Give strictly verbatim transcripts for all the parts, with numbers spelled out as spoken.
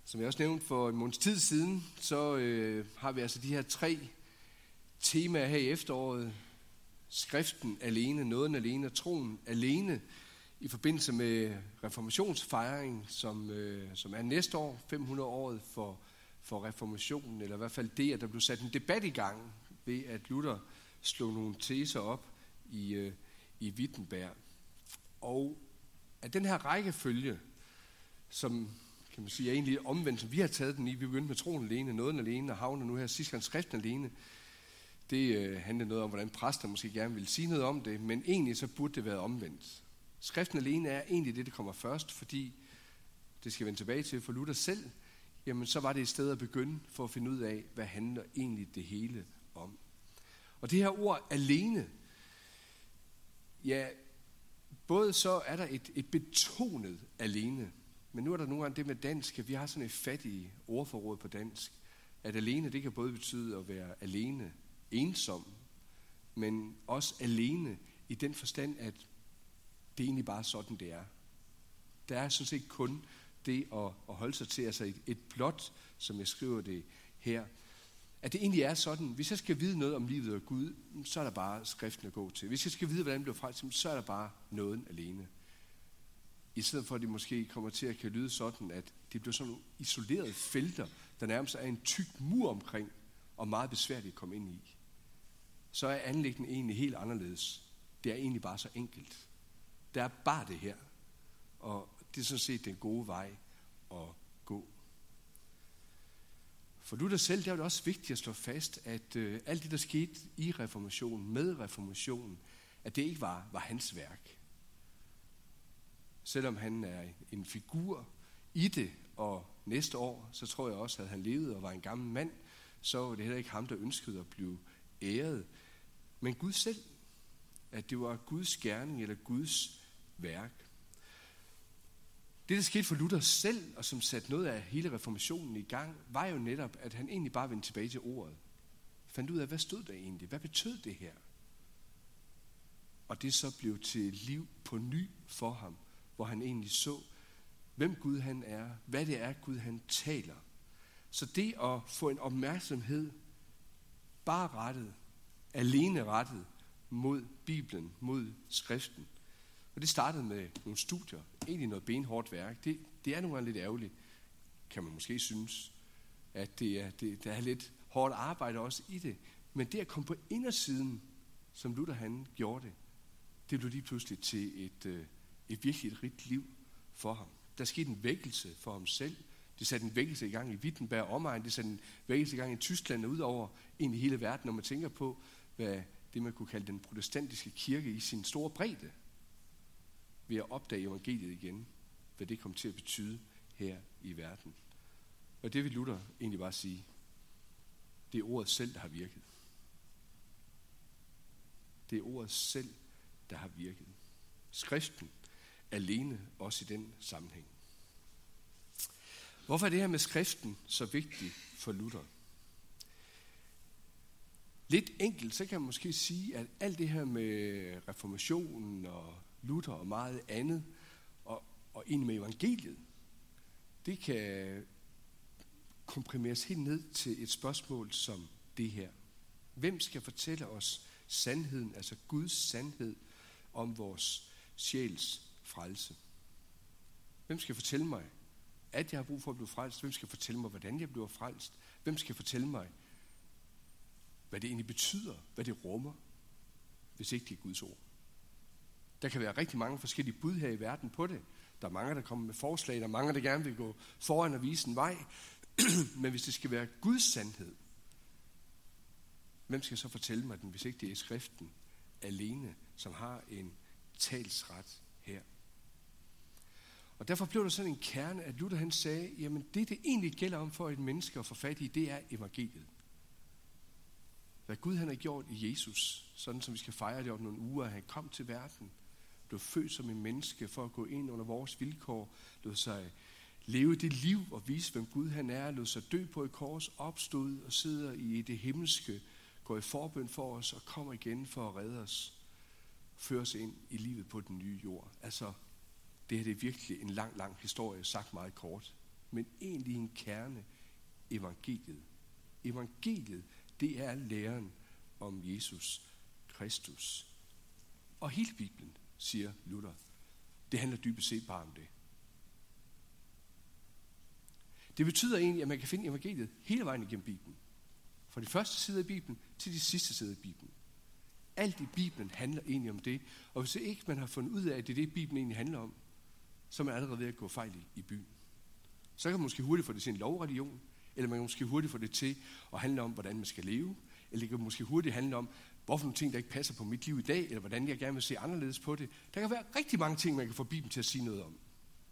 Som jeg også nævnte for en måneds tid siden, så øh, har vi altså de her tre temaer her i efteråret. Skriften alene, nåden alene og troen alene i forbindelse med reformationsfejringen, som, øh, som er næste år, fem hundrede året for, for reformationen, eller i hvert fald det, at der blev sat en debat i gang ved, at Luther slog nogle teser op i, øh, i Wittenberg. Og at den her rækkefølge, som kan man sige, er egentlig omvendt, som vi har taget den i, vi begyndte med troen alene, nåden alene, og havner nu her sidst gang skriften alene. Det øh, handler noget om, hvordan præster måske gerne vil sige noget om det, men egentlig så burde det være omvendt. Skriften alene er egentlig det, der kommer først, fordi det skal vende tilbage til for Luther selv, jamen så var det et sted at begynde for at finde ud af, hvad handler egentlig det hele om. Og det her ord alene, ja, både så er der et, et betonet alene, men nu er der nogle gange det med dansk, at vi har sådan et fattigt ordforråd på dansk, at alene, det kan både betyde at være alene, ensom, men også alene i den forstand, at det er egentlig bare sådan, det er. Der er sådan set kun det at, at holde sig til, altså et, et blot, som jeg skriver det her, at det egentlig er sådan, hvis jeg skal vide noget om livet og Gud, så er der bare skriften at gå til. Hvis jeg skal vide, hvordan det bliver frelst, så er der bare nåden alene. I stedet for, at det måske kommer til at kan lyde sådan, at det bliver sådan nogle isolerede felter, der nærmest er en tyk mur omkring, og meget besværligt at komme ind i. Så er anliggende egentlig helt anderledes. Det er egentlig bare så enkelt. Der er bare det her. Og det er sådan set den gode vej at gå. For Luther selv, der er det også vigtigt at slå fast, at øh, alt det, der skete i reformationen, med reformationen, at det ikke var, var hans værk. Selvom han er en figur i det, og næste år, så tror jeg også, at han levede og var en gammel mand, så var det heller ikke ham, der ønskede at blive æret. Men Gud selv, at det var Guds gerning eller Guds værk. Det, der skete for Luther selv, og som satte noget af hele reformationen i gang, var jo netop, at han egentlig bare vendte tilbage til ordet. Fandt ud af, hvad stod der egentlig? Hvad betød det her? Og det så blev til liv på ny for ham, hvor han egentlig så, hvem Gud han er, hvad det er, Gud han taler. Så det at få en opmærksomhed, bare rettet, alene rettet mod Bibelen, mod skriften. Og det startede med nogle studier, egentlig noget benhårdt værk. Det, det er nogle gange lidt ærgerligt, kan man måske synes, at det er, det, der er lidt hårdt arbejde også i det. Men det at komme på indersiden, som Luther han gjorde det, det blev lige pludselig til et, et virkelig et rigt liv for ham. Der skete en vækkelse for ham selv. Det satte en vækkelse i gang i Wittenberg omegn. Det satte en vækkelse i gang i Tyskland og ud over egentlig hele verden, når man tænker på, hvad det man kunne kalde den protestantiske kirke i sin store bredde, ved at opdage evangeliet igen, hvad det kom til at betyde her i verden. Og det vil Luther egentlig bare sige, det er ordet selv, der har virket. Det er ordet selv, der har virket. Skriften alene også i den sammenhæng. Hvorfor er det her med skriften så vigtigt for Luther? Lidt enkelt, så kan man måske sige, at alt det her med reformationen og Luther og meget andet, og, og egentlig med evangeliet, det kan komprimeres helt ned til et spørgsmål som det her. Hvem skal fortælle os sandheden, altså Guds sandhed om vores sjæls frelse? Hvem skal fortælle mig, at jeg har brug for at blive frelst? Hvem skal fortælle mig, hvordan jeg bliver frelst? Hvem skal fortælle mig, hvad det egentlig betyder, hvad det rummer, hvis ikke det er Guds ord? Der kan være rigtig mange forskellige bud her i verden på det. Der er mange, der kommer med forslag, der er mange, der gerne vil gå foran og vise en vej. Men hvis det skal være Guds sandhed, hvem skal så fortælle mig den, hvis ikke det er skriften alene, som har en talsret her? Og derfor blev der sådan en kerne, at Luther han sagde, jamen det, det egentlig gælder om for et menneske at få fat i, det er evangeliet. Hvad Gud han har gjort i Jesus, sådan som vi skal fejre det om nogle uger, at han kom til verden, blev født som en menneske for at gå ind under vores vilkår, lod sig leve det liv og vise, hvem Gud han er, lod sig dø på et kors, opstod og sidder i det himmelske, går i forbøn for os og kommer igen for at redde os, føre os ind i livet på den nye jord. Altså, det her det er virkelig en lang, lang historie, sagt meget kort. men egentlig en kerne, evangeliet. Evangeliet, det er læren om Jesus Kristus. Og hele Bibelen, siger Luther, det handler dybest set bare om det. Det betyder egentlig, at man kan finde evangeliet hele vejen igennem Bibelen. Fra de første sider i Bibelen til de sidste sider i Bibelen. Alt i Bibelen handler egentlig om det. Og hvis ikke man har fundet ud af, at det er det, Bibelen egentlig handler om, så er man allerede ved at gå fejl i, i byen. Så kan man måske hurtigt få det til en lovreligion, eller man kan måske hurtigt få det til at handle om, hvordan man skal leve, eller det kan måske hurtigt handle om, hvorfor nogle ting, der ikke passer på mit liv i dag, eller hvordan jeg gerne vil se anderledes på det. Der kan være rigtig mange ting, man kan få Bibelen til at sige noget om.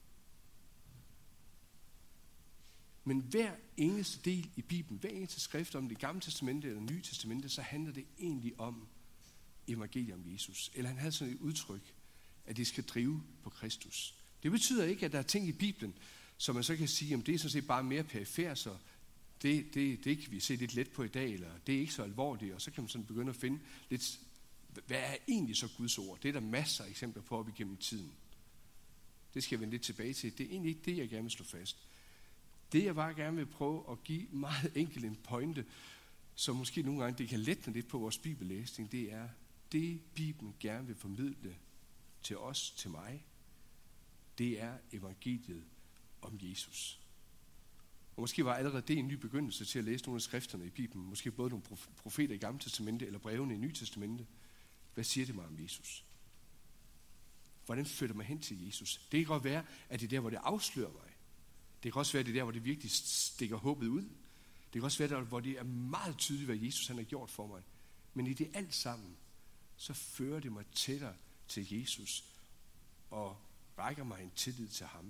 Men hver eneste del i Bibelen, hver eneste skrift om det gamle testamente eller nye testamente, så handler det egentlig om evangeliet om Jesus. Eller han havde sådan et udtryk, at det skal drive på Kristus. Det betyder ikke, at der er ting i Bibelen, som man så kan sige, om det er sådan set bare mere perifært, så det, det, det kan vi se lidt let på i dag, eller det er ikke så alvorligt, og så kan man sådan begynde at finde lidt, hvad er egentlig så Guds ord? Det er der masser af eksempler på op igennem tiden. Det skal jeg vende lidt tilbage til. Det er egentlig ikke det, jeg gerne vil slå fast. Det, jeg bare gerne vil prøve at give meget enkelt en pointe, som måske nogle gange det kan lette lidt på vores bibellæsning, det er, det Bibelen gerne vil formidle til os, til mig, det er evangeliet om Jesus. Og måske var allerede det en ny begyndelse til at læse nogle af skrifterne i Bibelen, måske både nogle profeter i Gamle Testamente eller brevene i Nye Testamente. Hvad siger det mig om Jesus? Hvordan fører det mig hen til Jesus? Det kan godt være, at det er der, hvor det afslører mig. Det kan også være, at det er der, hvor det virkelig stikker håbet ud. Det kan også være, der, hvor det er meget tydeligt, hvad Jesus han har gjort for mig. Men i det alt sammen, så fører det mig tættere til Jesus og rækker mig en tillid til ham.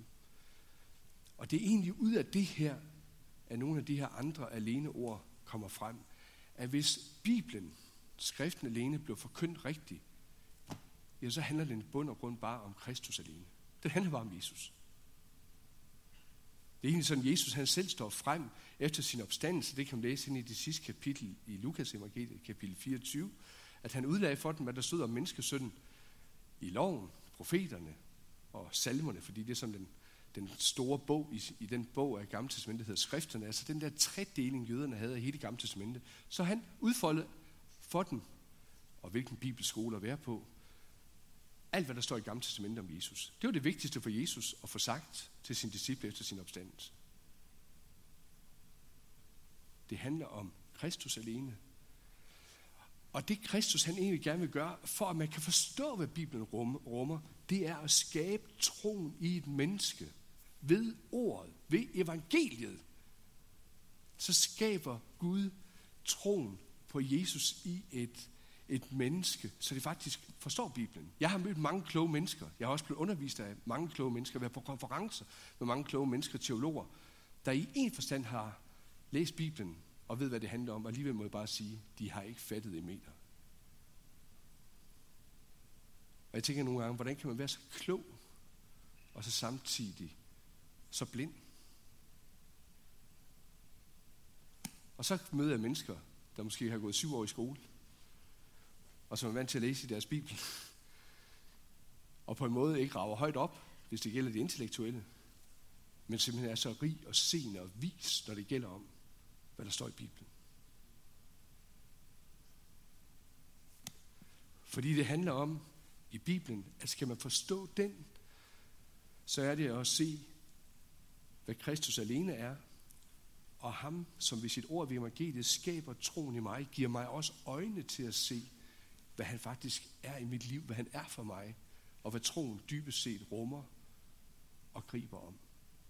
Og det er egentlig ud af det her, at nogle af de her andre alene ord kommer frem, at hvis Bibelen, skriften alene, blev forkyndt rigtigt, ja, så handler den i bund og grund bare om Kristus alene. Det handler bare om Jesus. Det er egentlig sådan, Jesus han selv står frem efter sin opstandelse. Det kan man læse ind i det sidste kapitel i Lukas evangeliet, kapitel fireogtyve, at han udlagde for dem, hvad der stod om menneskesønnen i loven, profeterne og salmerne, fordi det er sådan den, den store bog i, i den bog af Gamle Testamentet, der hedder Skrifterne, altså den der tredeling, jøderne havde af hele Gamle Testamentet. Så han udfoldede for dem, og hvilken bibelskole at være på, alt hvad der står i Gamle Testamentet om Jesus. Det var det vigtigste for Jesus at få sagt til sine disciple efter sin opstandelse. Det handler om Kristus alene. Og det Kristus han egentlig gerne vil gøre, for at man kan forstå, hvad Bibelen rummer, det er at skabe troen i et menneske. Ved ordet, ved evangeliet, så skaber Gud troen på Jesus i et, et menneske, så det faktisk forstår Bibelen. Jeg har mødt mange kloge mennesker. Jeg har også blevet undervist af mange kloge mennesker, været på konferencer med mange kloge mennesker, teologer, der i en forstand har læst Bibelen og ved, hvad det handler om, og alligevel må jeg bare sige, de har ikke fattet en meter. Og jeg tænker nogle gange, hvordan kan man være så klog, og så samtidig så blind? Og så møder jeg mennesker, der måske har gået syv år i skole, og som er vant til at læse i deres Bibel, og på en måde ikke rager højt op, hvis det gælder det intellektuelle, men simpelthen er så rig og seende og vis, når det gælder om, hvad der står i Bibelen. Fordi det handler om, i Bibelen, at skal man forstå den, så er det at se, hvad Kristus alene er, og ham, som ved sit ord ved evangeliet skaber troen i mig, giver mig også øjne til at se, hvad han faktisk er i mit liv, hvad han er for mig, og hvad troen dybest set rummer og griber om.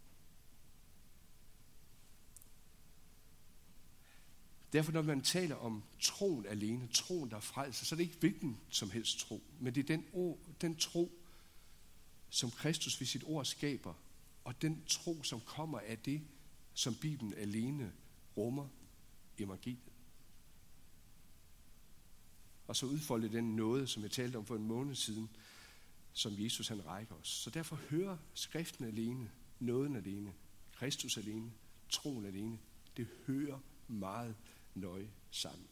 Derfor, når man taler om troen alene, troen, der frelser, så er det ikke hvilken som helst tro, men det er den, ord, den tro, som Kristus ved sit ord skaber, og den tro, som kommer af det, som Bibelen alene rummer, evangeliet. Og så udfolde den nåde, som jeg talte om for en måned siden, som Jesus han rækker os. Så derfor hører skriften alene, nåden alene, Kristus alene, troen alene, det hører meget nøje sammen.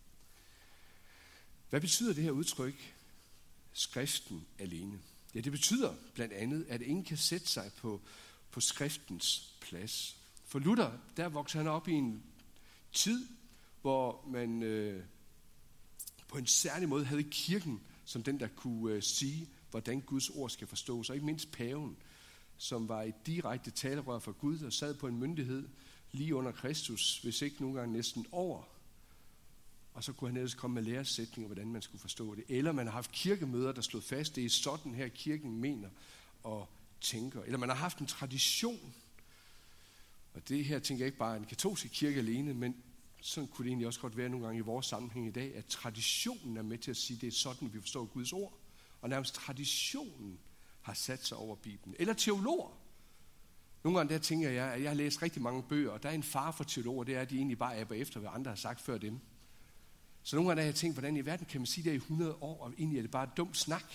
Hvad betyder det her udtryk, skriften alene? Ja, det betyder blandt andet, at ingen kan sætte sig på, på skriftens plads. For Luther, der voksede han op i en tid, hvor man øh, på en særlig måde havde kirken som den, der kunne øh, sige, hvordan Guds ord skal forstås. Og ikke mindst paven, som var et direkte talerør for Gud og sad på en myndighed lige under Kristus, hvis ikke nogle gange næsten over. Og så kunne han ellers komme med læresætninger, hvordan man skulle forstå det. Eller man har haft kirkemøder, der slog fast, det er sådan her kirken mener og tænker. Eller man har haft en tradition. Og det her tænker jeg ikke bare en katolsk kirke alene, men sådan kunne det egentlig også godt være nogle gange i vores sammenhæng i dag, at traditionen er med til at sige, at det er sådan, vi forstår Guds ord. Og nærmest traditionen har sat sig over Bibelen. Eller teologer. Nogle gange der tænker jeg, at jeg har læst rigtig mange bøger, og der er en fare for teologer, det er, at de egentlig bare aber efter, hvad andre har sagt før dem. Så nogle gange har jeg tænkt, hvordan i verden kan man sige det i hundrede år, og egentlig er det bare dumt snak.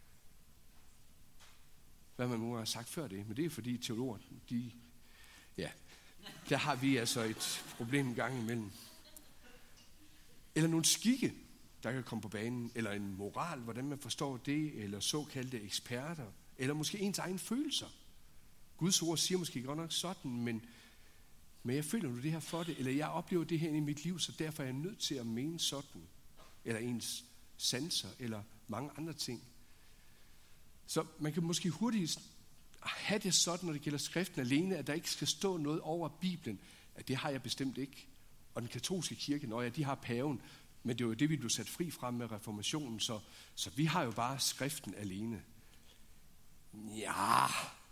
Hvad man nu har sagt før det, men det er fordi teologer, de, ja, der har vi altså et problem en gang imellem. Eller nogle skikke, der kan komme på banen, eller en moral, hvordan man forstår det, eller såkaldte eksperter, eller måske ens egen følelser. Guds ord siger måske godt nok sådan, men, men jeg føler nu det her for det, eller jeg oplever det her i mit liv, så derfor er jeg nødt til at mene sådan, eller ens sanser, eller mange andre ting. Så man kan måske hurtigt have det sådan, når det gælder skriften alene, at der ikke skal stå noget over Bibelen, at det har jeg bestemt ikke. Og den katolske kirke, når ja, de har paven, men det er jo det, vi blev sat fri fra med reformationen, så, så vi har jo bare skriften alene. Ja.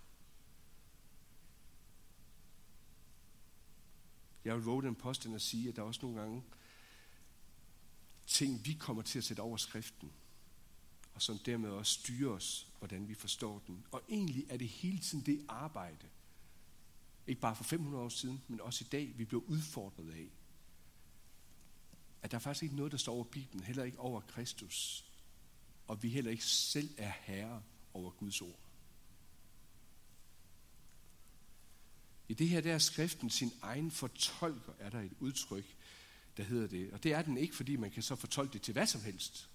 Jeg vil våge den påstand at sige, at der er også nogle gange ting, vi kommer til at sætte over skriften, og som dermed også styrer os, hvordan vi forstår den. Og egentlig er det hele tiden det arbejde, ikke bare for fem hundrede år siden, men også i dag, vi bliver udfordret af, at der er faktisk ikke noget, der står over Bibelen, heller ikke over Kristus, og vi heller ikke selv er herre over Guds ord. I det her, der er skriften sin egen fortolker, er der et udtryk, der hedder det. Og det er den ikke, fordi man kan så fortolke det til hvad som helst.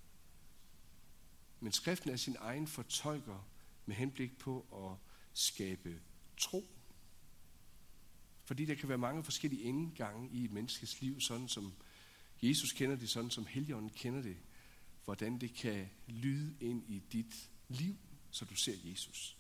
Men skriften er sin egen fortolker med henblik på at skabe tro. Fordi der kan være mange forskellige indgange i et menneskes liv, sådan som Jesus kender det, sådan som Helligånden kender det. Hvordan det kan lyde ind i dit liv, så du ser Jesus.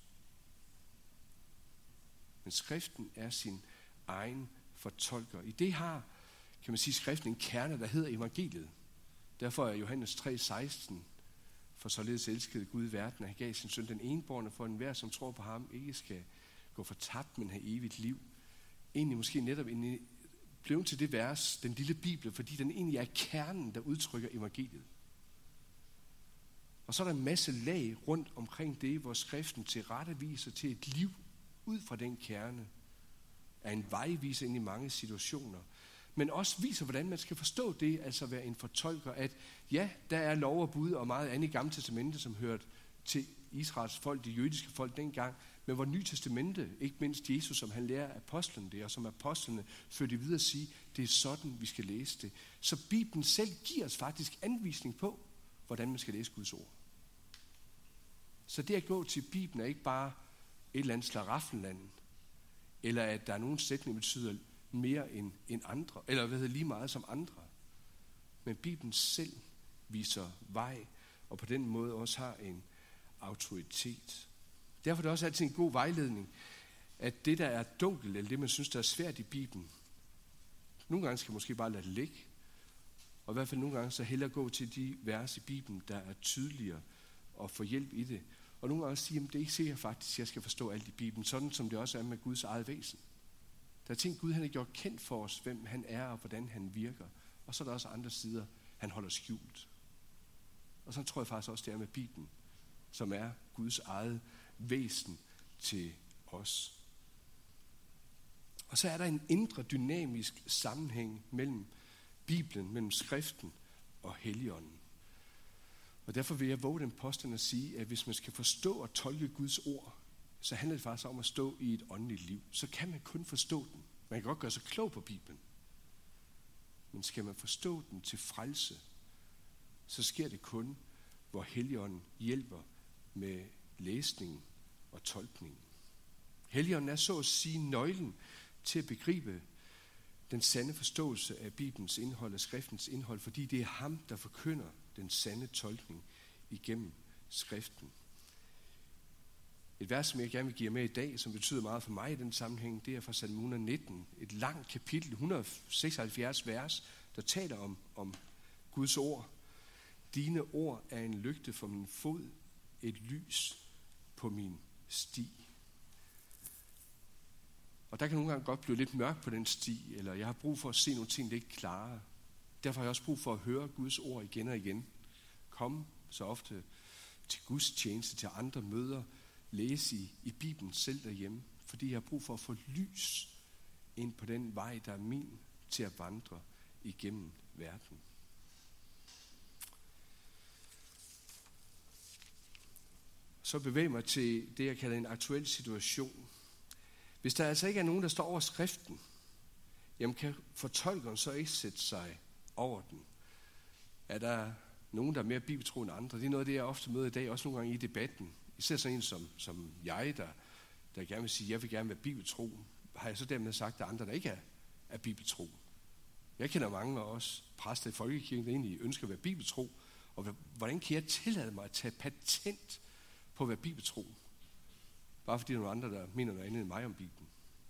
Men skriften er sin egen fortolker. I det har, kan man sige, skriften en kerne, der hedder evangeliet. Derfor er Johannes tre seksten, for således elskede Gud verden, at han gav sin søn den enbårne, for enhver, som tror på ham, ikke skal gå fortabt, men have evigt liv. Egentlig måske netop blevet til det vers, den lille Bibel, fordi den egentlig er kernen, der udtrykker evangeliet. Og så er der en masse lag rundt omkring det, hvor skriften til rette viser til et liv ud fra den kerne, er en vejviser ind i mange situationer, men også viser, hvordan man skal forstå det, altså være en fortolker, at ja, der er lov og bud og meget andet i Gamle Testamente, som hørte til Israels folk, de jødiske folk dengang, men hvor Nye Testamente, ikke mindst Jesus, som han lærer apostlene det, og som apostlene førte videre at sige, det er sådan, vi skal læse det. Så Bibelen selv giver os faktisk anvisning på, hvordan man skal læse Guds ord. Så det at gå til Bibelen er ikke bare et eller andet slaraffenland, eller at der er nogle sætninger, der betyder mere end, end andre, eller hvad hedder lige meget som andre. Men Bibelen selv viser vej, og på den måde også har en autoritet. Derfor er det også altid en god vejledning, at det, der er dunkelt, eller det, man synes, der er svært i Bibelen, nogle gange skal man måske bare lade det ligge, og i hvert fald nogle gange så hellere gå til de vers i Bibelen, der er tydeligere, og få hjælp i det. Og nogle gange sige, at det er ikke sikkert faktisk, at jeg skal forstå alt i Bibelen, sådan som det også er med Guds eget væsen. Der er ting, Gud han har gjort kendt for os, hvem han er og hvordan han virker. Og så er der også andre sider, han holder skjult. Og så tror jeg faktisk også, det er med Bibelen, som er Guds eget væsen til os. Og så er der en indre dynamisk sammenhæng mellem Bibelen, mellem skriften og Helligånden. Og derfor vil jeg våge den påstand at sige, at hvis man skal forstå og tolke Guds ord, så handler det faktisk om at stå i et åndeligt liv. Så kan man kun forstå den. Man kan godt gøre sig klog på Bibelen. Men skal man forstå den til frelse, så sker det kun, hvor Helligånden hjælper med læsningen og tolkningen. Helligånden er så at sige nøglen til at begribe den sande forståelse af Bibelens indhold, af skriftens indhold, fordi det er ham, der forkynder den sande tolkning igennem skriften. Et vers, som jeg gerne vil give jer med i dag, som betyder meget for mig i den sammenhæng, det er fra salme et hundrede nitten, et langt kapitel, et hundrede og seksoghalvfjerds vers, der taler om, om Guds ord. Dine ord er en lygte for min fod, et lys på min sti. Og der kan nogle gange godt blive lidt mørkt på den sti, eller jeg har brug for at se nogle ting lidt klarere. Derfor har jeg også brug for at høre Guds ord igen og igen. Kom så ofte til Guds tjeneste, til andre møder, læse i, i Bibelen selv derhjemme, fordi jeg har brug for at få lys ind på den vej, der er min til at vandre igennem verden. Så bevæger mig til det, jeg kalder en aktuel situation. Hvis der altså ikke er nogen, der står over skriften, jamen kan fortolkeren så ikke sætte sig over den? Er der nogen, der er mere bibeltro end andre? Det er noget af det, jeg ofte møder i dag, også nogle gange i debatten. Især sådan en som, som jeg, der, der gerne vil sige, jeg vil gerne være bibeltro. Har jeg så dermed sagt, at der er andre, der ikke er, er bibeltro? Jeg kender mange af os præster i folkekirken, der egentlig ønsker at være bibeltro. Og hvordan kan jeg tillade mig at tage patent på at være bibeltro? Bare fordi der er nogle andre, der mener noget andet end mig om Bibelen.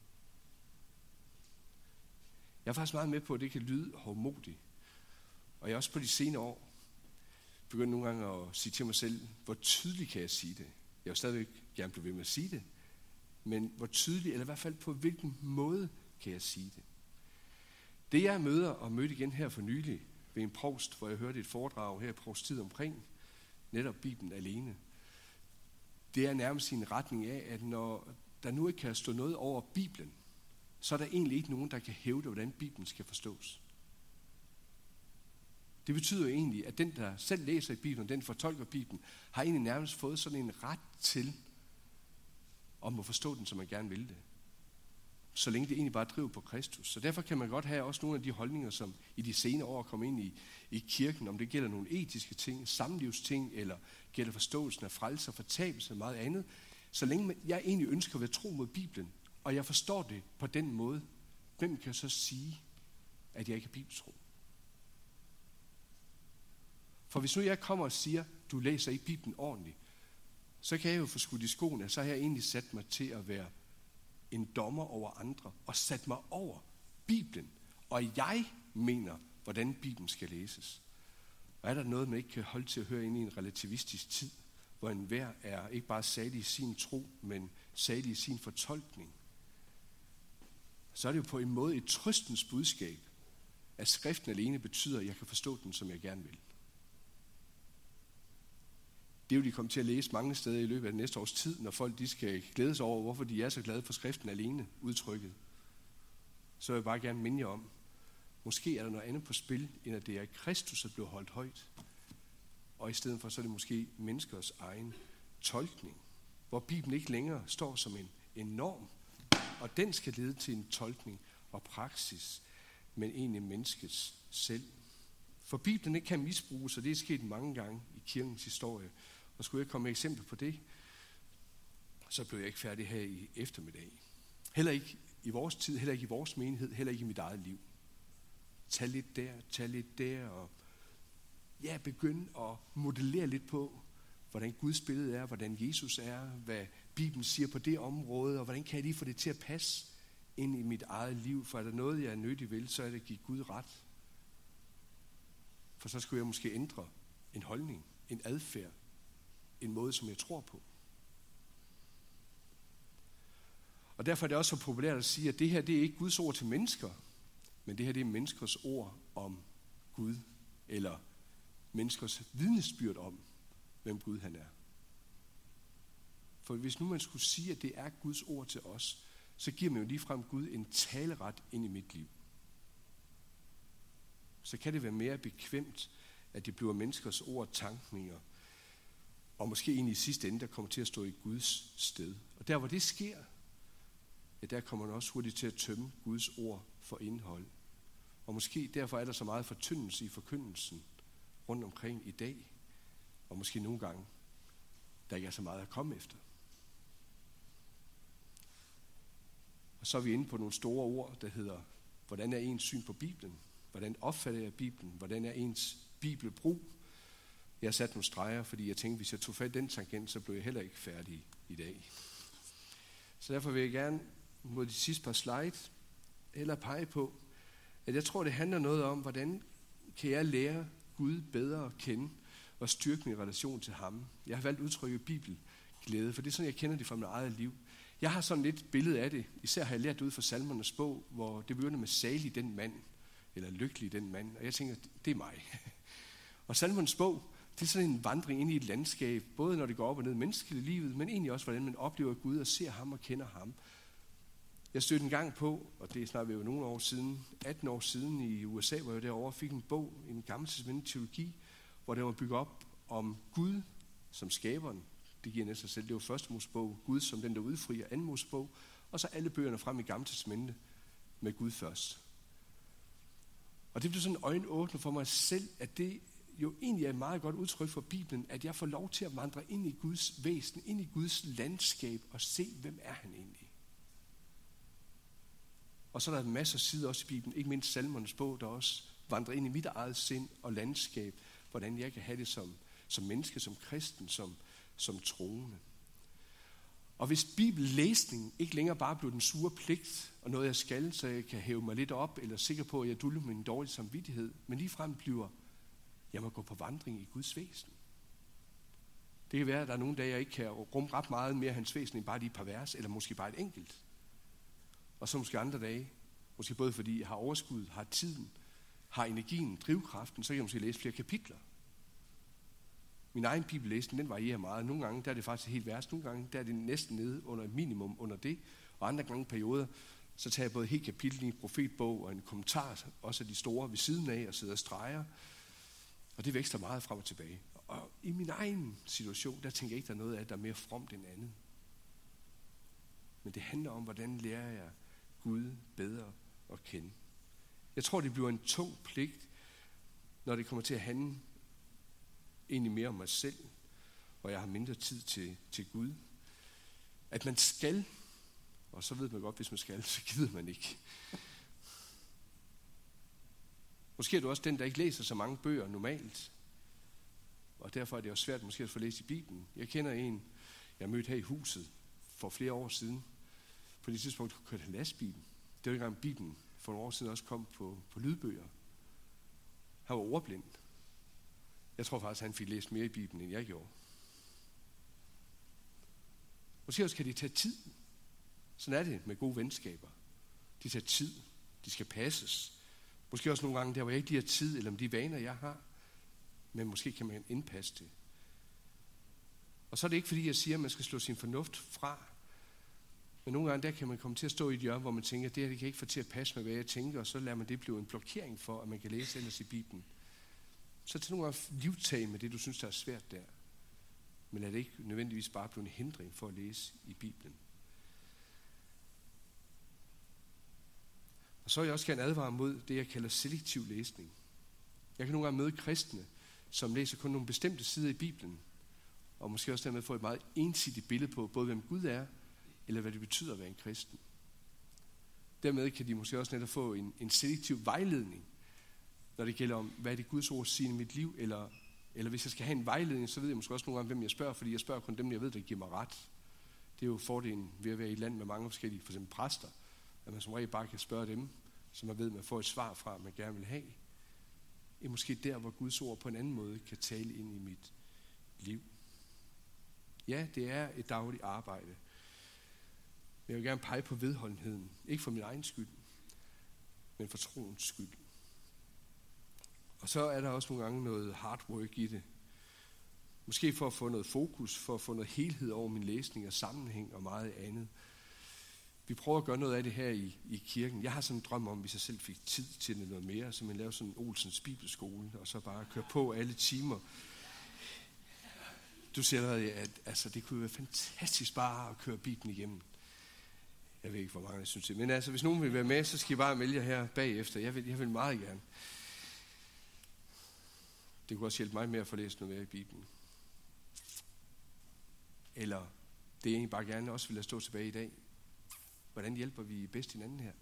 Jeg er faktisk meget med på, at det kan lyde hovmodigt. Og jeg er også på de senere år begyndt nogle gange at sige til mig selv, hvor tydeligt kan jeg sige det? Jeg vil stadigvæk gerne blive ved med at sige det. Men hvor tydeligt, eller i hvert fald på hvilken måde kan jeg sige det? Det jeg møder og mødte igen her for nylig ved en provst, hvor jeg hørte et foredrag her i provstid omkring netop Bibelen alene, det er nærmest i en retning af, at når der nu ikke kan stå noget over Bibelen, så er der egentlig ikke nogen, der kan hævde, hvordan Bibelen skal forstås. Det betyder jo egentlig, at den, der selv læser i Bibelen, den fortolker Bibelen, har egentlig nærmest fået sådan en ret til, om at forstå den, som man gerne vil det. Så længe det egentlig bare driver på Kristus. Så derfor kan man godt have også nogle af de holdninger, som i de senere år kommer ind i, i kirken, om det gælder nogle etiske ting, samlivsting, eller gælder forståelsen af frelse og fortabelse og meget andet. Så længe jeg egentlig ønsker at være tro mod Bibelen, og jeg forstår det på den måde, hvem kan så sige, at jeg ikke er bibeltro? For hvis nu jeg kommer og siger, du læser ikke Bibelen ordentligt, så kan jeg jo få skudt i skoene, så har jeg egentlig sat mig til at være en dommer over andre, og sat mig over Bibelen. Og jeg mener, hvordan Bibelen skal læses. Og er der noget, man ikke kan holde til at høre ind i en relativistisk tid, hvor enhver er ikke bare salig i sin tro, men salig i sin fortolkning, så er det jo på en måde et trøstens budskab, at skriften alene betyder, at jeg kan forstå den, som jeg gerne vil. Det vil de komme til at læse mange steder i løbet af næste års tid, når folk de skal glæde sig over, hvorfor de er så glade for skriften alene udtrykket. Så vil jeg bare gerne minde jer om, måske er der noget andet på spil, end at det er Kristus, der bliver holdt højt. Og i stedet for, så er det måske menneskers egen tolkning, hvor Bibelen ikke længere står som en, en norm, og den skal lede til en tolkning og praksis, men egentlig menneskets selv. For Bibelen ikke kan misbruges, og det er sket mange gange i kirkens historie. Og skulle jeg komme med eksempel på det, så blev jeg ikke færdig her i eftermiddag. Heller ikke i vores tid, heller ikke i vores menighed, heller ikke i mit eget liv. Tag lidt der, tag lidt der, og ja, begynd at modellere lidt på, hvordan Guds billede er, hvordan Jesus er, hvad Bibelen siger på det område, og hvordan kan jeg lige få det til at passe ind i mit eget liv. For er der noget, jeg er nødig vil, så er det at give Gud ret. For så skulle jeg måske ændre en holdning, en adfærd, en måde, som jeg tror på. Og derfor er det også så populært at sige, at det her det er ikke Guds ord til mennesker, men det her det er menneskers ord om Gud, eller menneskers vidnesbyrd om, hvem Gud han er. For hvis nu man skulle sige, at det er Guds ord til os, så giver man jo ligefrem Gud en taleret ind i mit liv. Så kan det være mere bekvemt, at det bliver menneskers ord og tankninger, og måske egentlig i sidste ende, der kommer til at stå i Guds sted. Og der, hvor det sker, ja, der kommer man også hurtigt til at tømme Guds ord for indhold. Og måske derfor er der så meget fortyndelse i forkyndelsen rundt omkring i dag, og måske nogle gange, der ikke er så meget at komme efter. Og så er vi inde på nogle store ord, der hedder, hvordan er ens syn på Bibelen? Hvordan opfatter jeg Bibelen? Hvordan er ens bibelbrug? Jeg har sat nogle streger, fordi jeg tænkte, hvis jeg tog fat i den tangent, så blev jeg heller ikke færdig i dag. Så derfor vil jeg gerne mod de sidste par slides eller pege på, at jeg tror, det handler noget om, hvordan kan jeg lære Gud bedre at kende og styrke min relation til ham. Jeg har valgt udtrykket bibelglæde, for det er sådan, jeg kender det fra mit eget liv. Jeg har sådan lidt billede af det. Især har jeg lært det ud fra Salmernes bog, hvor det begynder med salig den mand, eller lykkelig den mand. Og jeg tænker, det er mig. Og Salmernes bog, det er sådan en vandring ind i et landskab, både når det går op og ned i menneskeligt livet, men egentlig også, hvordan man oplever Gud og ser ham og kender ham. Jeg stødte en gang på, og det er snart jo nogle år siden, atten år siden i U S A, hvor jeg derovre fik en bog, en gammeltestamentlig teologi, hvor der var bygget op om Gud som skaberen. Det giver næsten sig selv. Det var første Mosebog, Gud som den, der udfrier, anden Mosebog, og så alle bøgerne frem i Gamle Testamente med Gud først. Og det blev sådan en øjenåbner for mig selv, at det jo egentlig er et meget godt udtryk for Bibelen, at jeg får lov til at vandre ind i Guds væsen, ind i Guds landskab og se, hvem er han egentlig. Og så er der en masse sider også i Bibelen, ikke mindst Salmernes bog, der også vandrer ind i mit eget sind og landskab, hvordan jeg kan have det som, som menneske, som kristen, som, som troende. Og hvis bibellæsning ikke længere bare bliver den sure pligt, og noget jeg skal, så jeg kan hæve mig lidt op, eller sikker på, at jeg dulmer min dårlige samvittighed, men ligefrem bliver, jeg må gå på vandring i Guds væsen. Det kan være, at der er nogle dage, jeg ikke kan rumme ret meget mere af hans væsen, end bare lige et par vers, eller måske bare et enkelt. Og så måske andre dage, måske både fordi jeg har overskud, har tiden, har energien, drivkraften, så kan jeg måske læse flere kapitler. Min egen bibellæsning, den varierer meget. Nogle gange der er det faktisk helt værst, nogle gange der er det næsten nede under et minimum under det, og andre gange perioder, så tager jeg både helt kapitel i en profetbog og en kommentar, også af de store ved siden af, og sidder og streger. Og det veksler meget frem og tilbage. Og i min egen situation, der tænker jeg ikke, der er noget af, der er mere fromt end andet. Men det handler om, hvordan lærer jeg Gud bedre at kende. Jeg tror, det bliver en tung pligt, når det kommer til at handle egentlig mere om mig selv, og jeg har mindre tid til, til Gud. At man skal, og så ved man godt, hvis man skal, så gider man ikke. Måske er du også den, der ikke læser så mange bøger normalt, og derfor er det også svært måske at få læst i Bibelen. Jeg kender en, jeg mødte her i huset for flere år siden. På det tidspunkt kørte han lastbil. Det var ikke engang Bibelen for nogle år siden også kom på, på lydbøger. Han var ordblind. Jeg tror faktisk, han fik læst mere i Bibelen, end jeg gjorde. Måske også kan det tage tid. Sådan er det med gode venskaber. De tager tid. De skal passes. Måske også nogle gange der, hvor jeg ikke lige har tid, eller om de vaner, jeg har. Men måske kan man indpasse det. Og så er det ikke, fordi jeg siger, at man skal slå sin fornuft fra. Men nogle gange der kan man komme til at stå i et hjørne, hvor man tænker, at det her det kan ikke få til at passe med, hvad jeg tænker, og så lader man det blive en blokering for, at man kan læse ellers i Bibelen. Så tag nogle gange livtag med det, du synes, der er svært der. Men lad det ikke nødvendigvis bare blive en hindring for at læse i Bibelen. Og så vil jeg også gerne advare mod det, jeg kalder selektiv læsning. Jeg kan nogle gange møde kristne, som læser kun nogle bestemte sider i Bibelen, og måske også dermed få et meget ensidigt billede på, både hvem Gud er, eller hvad det betyder at være en kristen. Dermed kan de måske også netop få en, en selektiv vejledning, når det gælder om, hvad er det Guds ord siger i mit liv, eller, eller hvis jeg skal have en vejledning, så ved jeg måske også nogle gange, hvem jeg spørger, fordi jeg spørger kun dem, jeg ved, der giver mig ret. Det er jo fordelen ved at være i et land med mange forskellige, for eksempel præster, at man som regel bare kan spørge dem, som man ved, man får et svar fra, man gerne vil have. Det er måske der, hvor Guds ord på en anden måde kan tale ind i mit liv. Ja, det er et dagligt arbejde. Men jeg vil gerne pege på vedholdenheden. Ikke for min egen skyld, men for troens skyld. Og så er der også nogle gange noget hard work i det. Måske for at få noget fokus, for at få noget helhed over min læsning og sammenhæng og meget andet. Vi prøver at gøre noget af det her i, i kirken. Jeg har sådan en drøm om, hvis jeg selv fik tid til det noget mere, så man laver sådan en Olsens Bibelskole, og så bare køre på alle timer. Du siger allerede, at altså, det kunne være fantastisk bare at køre Bibelen igennem. Jeg ved ikke, hvor mange jeg synes det. Men altså, hvis nogen vil være med, så skal I bare melde jer her bagefter. Jeg vil, jeg vil meget gerne. Det kunne også hjælpe mig med at få læst noget mere i Bibelen. Eller det jeg egentlig bare gerne også vil lade stå tilbage i dag. Hvordan hjælper vi bedst hinanden her?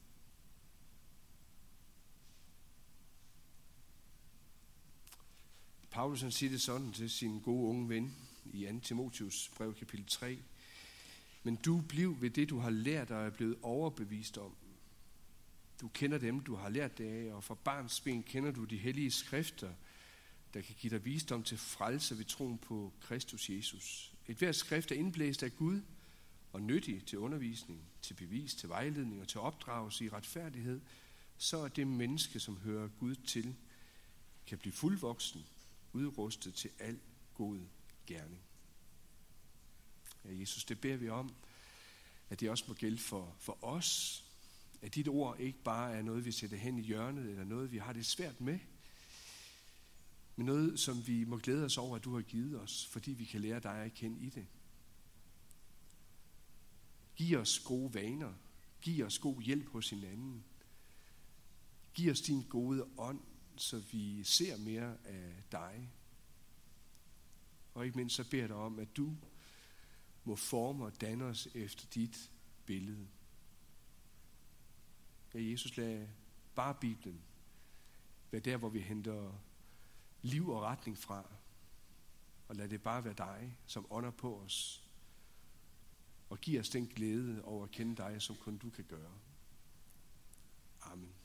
Paulus han siger det sådan til sin gode unge ven i anden Timotheus brev kapitel tre. Men du bliv ved det, du har lært og er blevet overbevist om. Du kender dem, du har lært det af, og fra barnsben kender du de hellige skrifter, der kan give dig visdom til frelse ved troen på Kristus Jesus. Et hvert skrift er indblæst af Gud og nyttig til undervisning, til bevis, til vejledning og til opdragelse i retfærdighed, så at det menneske, som hører Gud til, kan blive fuldvoksen, udrustet til al god gerning. Ja, Jesus, det beder vi om, at det også må gælde for, for os, at dit ord ikke bare er noget, vi sætter hen i hjørnet, eller noget, vi har det svært med, men noget, som vi må glæde os over, at du har givet os, fordi vi kan lære dig at kende i det. Giv os gode vaner. Giv os god hjælp hos hinanden. Giv os din gode ånd, så vi ser mere af dig. Og ikke mindst så beder jeg dig om, at du må forme og danne os efter dit billede. Ja, Jesus, lad bare Bibelen være der, hvor vi henter liv og retning fra. Og lad det bare være dig, som ånder på os. Og giv os den glæde over at kende dig, som kun du kan gøre. Amen.